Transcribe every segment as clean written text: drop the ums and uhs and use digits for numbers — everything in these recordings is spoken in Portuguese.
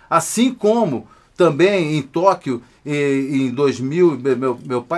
Assim como também em Tóquio, em 2000, meu pai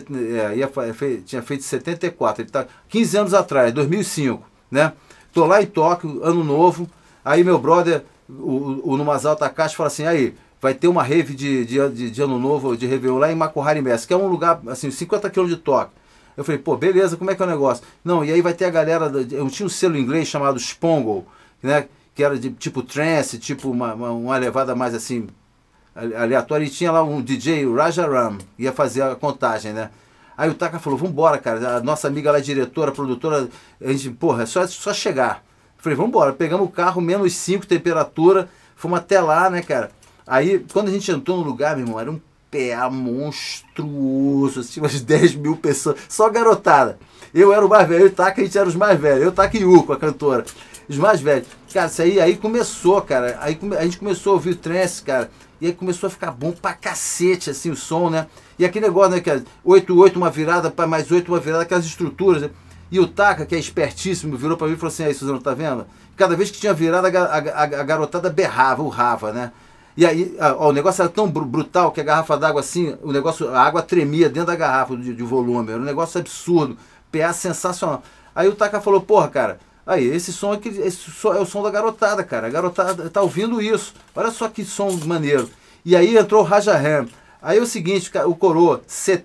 tinha feito 74, ele tá 15 anos atrás, 2005, né? Tô lá em Tóquio, ano novo, aí meu brother, o Numazao Takashi, fala assim, aí, vai ter uma rave de ano novo, de Réveillon lá em Makuhari Messe, que é um lugar, assim, 50 quilômetros de Tóquio. Eu falei, pô, beleza, como é que é o negócio? Não, e aí vai ter a galera, eu tinha um selo inglês chamado Spongle, né? Que era de tipo trance, tipo uma levada mais assim, aleatória. E tinha lá um DJ, o Rajaram, ia fazer a contagem, né? Aí o Taka falou, vambora, cara. A nossa amiga lá, diretora, produtora, a gente, porra, é só chegar. Eu falei, vambora. Pegamos o carro, -5 temperatura, fomos até lá, né, cara? Aí, quando a gente entrou no lugar, meu irmão, era um PA monstruoso, assim, umas 10 mil pessoas, só garotada. Eu era o mais velho, eu e o Taka, a gente era os mais velhos. Eu, Taka e Yuko, a cantora. Os mais velhos. Cara, isso aí começou, cara. Aí a gente começou a ouvir trance, cara. E aí começou a ficar bom pra cacete, assim, o som, né? E aquele negócio, né, que é 8-8 uma virada, para mais 8 uma virada, aquelas estruturas, né? E o Taka, que é espertíssimo, virou pra mim e falou assim, aí, Suzano, tá vendo? Cada vez que tinha virada, a garotada berrava, urrava, né? E aí, ó, o negócio era tão brutal que a garrafa d'água, assim, a água tremia dentro da garrafa de volume. Era um negócio absurdo. PA sensacional. Aí o Taka falou, porra, cara, aí, esse som é o som da garotada, cara. A garotada tá ouvindo isso. Olha só que som maneiro. E aí entrou o Raja Ram. Aí é o seguinte, o coroa,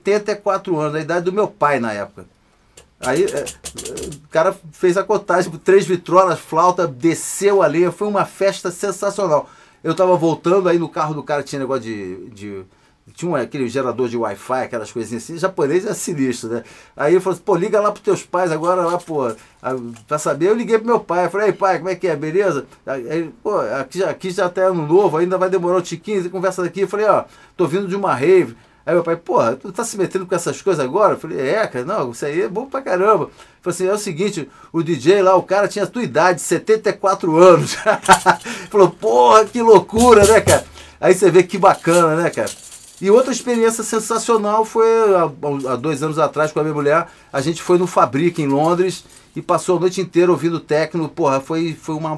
74 anos, a idade do meu pai na época. Aí o cara fez a contagem, 3 vitrolas, flauta, desceu a lenha, foi uma festa sensacional. Eu tava voltando, aí no carro do cara tinha negócio tinha aquele gerador de Wi-Fi, aquelas coisinhas assim. Japonês é sinistro, né? Aí eu falei assim, pô, liga lá pros teus pais agora lá, pô, pra saber. Eu liguei pro meu pai, falei, aí pai, como é que é, beleza? Aí, pô, aqui já tá ano novo, ainda vai demorar um tiquinho, você conversa daqui. Eu falei, ó, tô vindo de uma rave. Aí meu pai, porra, tu tá se metendo com essas coisas agora? Eu falei, cara, não, isso aí é bom pra caramba. Eu falei assim, é o seguinte, o DJ lá, o cara tinha a tua idade, 74 anos. Falou, porra, que loucura, né, cara? Aí você vê que bacana, né, cara? E outra experiência sensacional foi há 2 anos atrás com a minha mulher. A gente foi no Fabric em Londres e passou a noite inteira ouvindo techno. Porra, foi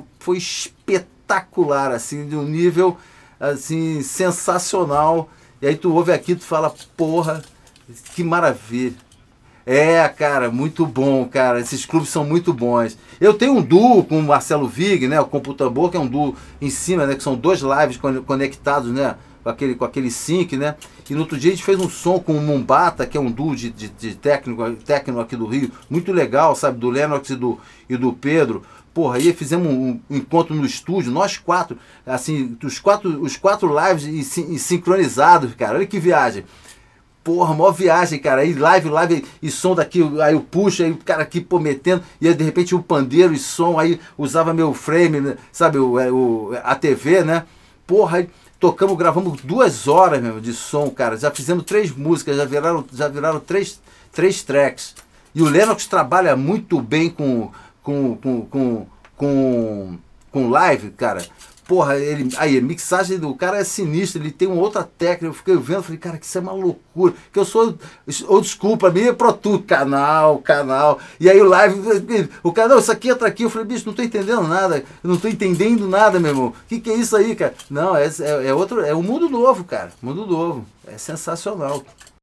espetacular, assim, de um nível assim, sensacional. E aí tu ouve aqui, tu fala, porra, que maravilha. Cara, muito bom, cara. Esses clubes são muito bons. Eu tenho um duo com o Marcelo Vig, né? O Computambor, que é um duo em cima, né? Que são 2 lives conectados, né? Com aquele sync, né? E no outro dia a gente fez um som com o Mumbata, que é um duo de técnico aqui do Rio. Muito legal, sabe? Do Lennox e do Pedro. Porra, aí fizemos um encontro no estúdio, nós 4, assim, os quatro lives sincronizados, cara. Olha que viagem. Porra, maior viagem, cara. Aí live e som daqui, aí eu puxo, aí o cara aqui, pô, metendo, e aí de repente o pandeiro e som, aí usava meu frame, né, sabe, a TV, né? Porra, aí gravamos 2 horas mesmo de som, cara. Já fizemos 3 músicas, já viraram 3 tracks. E o Lennox trabalha muito bem com live, cara. Porra, aí, a mixagem do cara é sinistra, ele tem uma outra técnica. Eu fiquei vendo, falei, cara, que isso é uma loucura. Que eu sou old school, pra mim é Pro Tools, canal. E aí o live, o cara, não, isso aqui entra aqui. Eu falei, bicho, não tô entendendo nada, eu não tô entendendo nada, meu irmão. Que é isso aí, cara? Não, é um mundo novo, cara, mundo novo. É sensacional.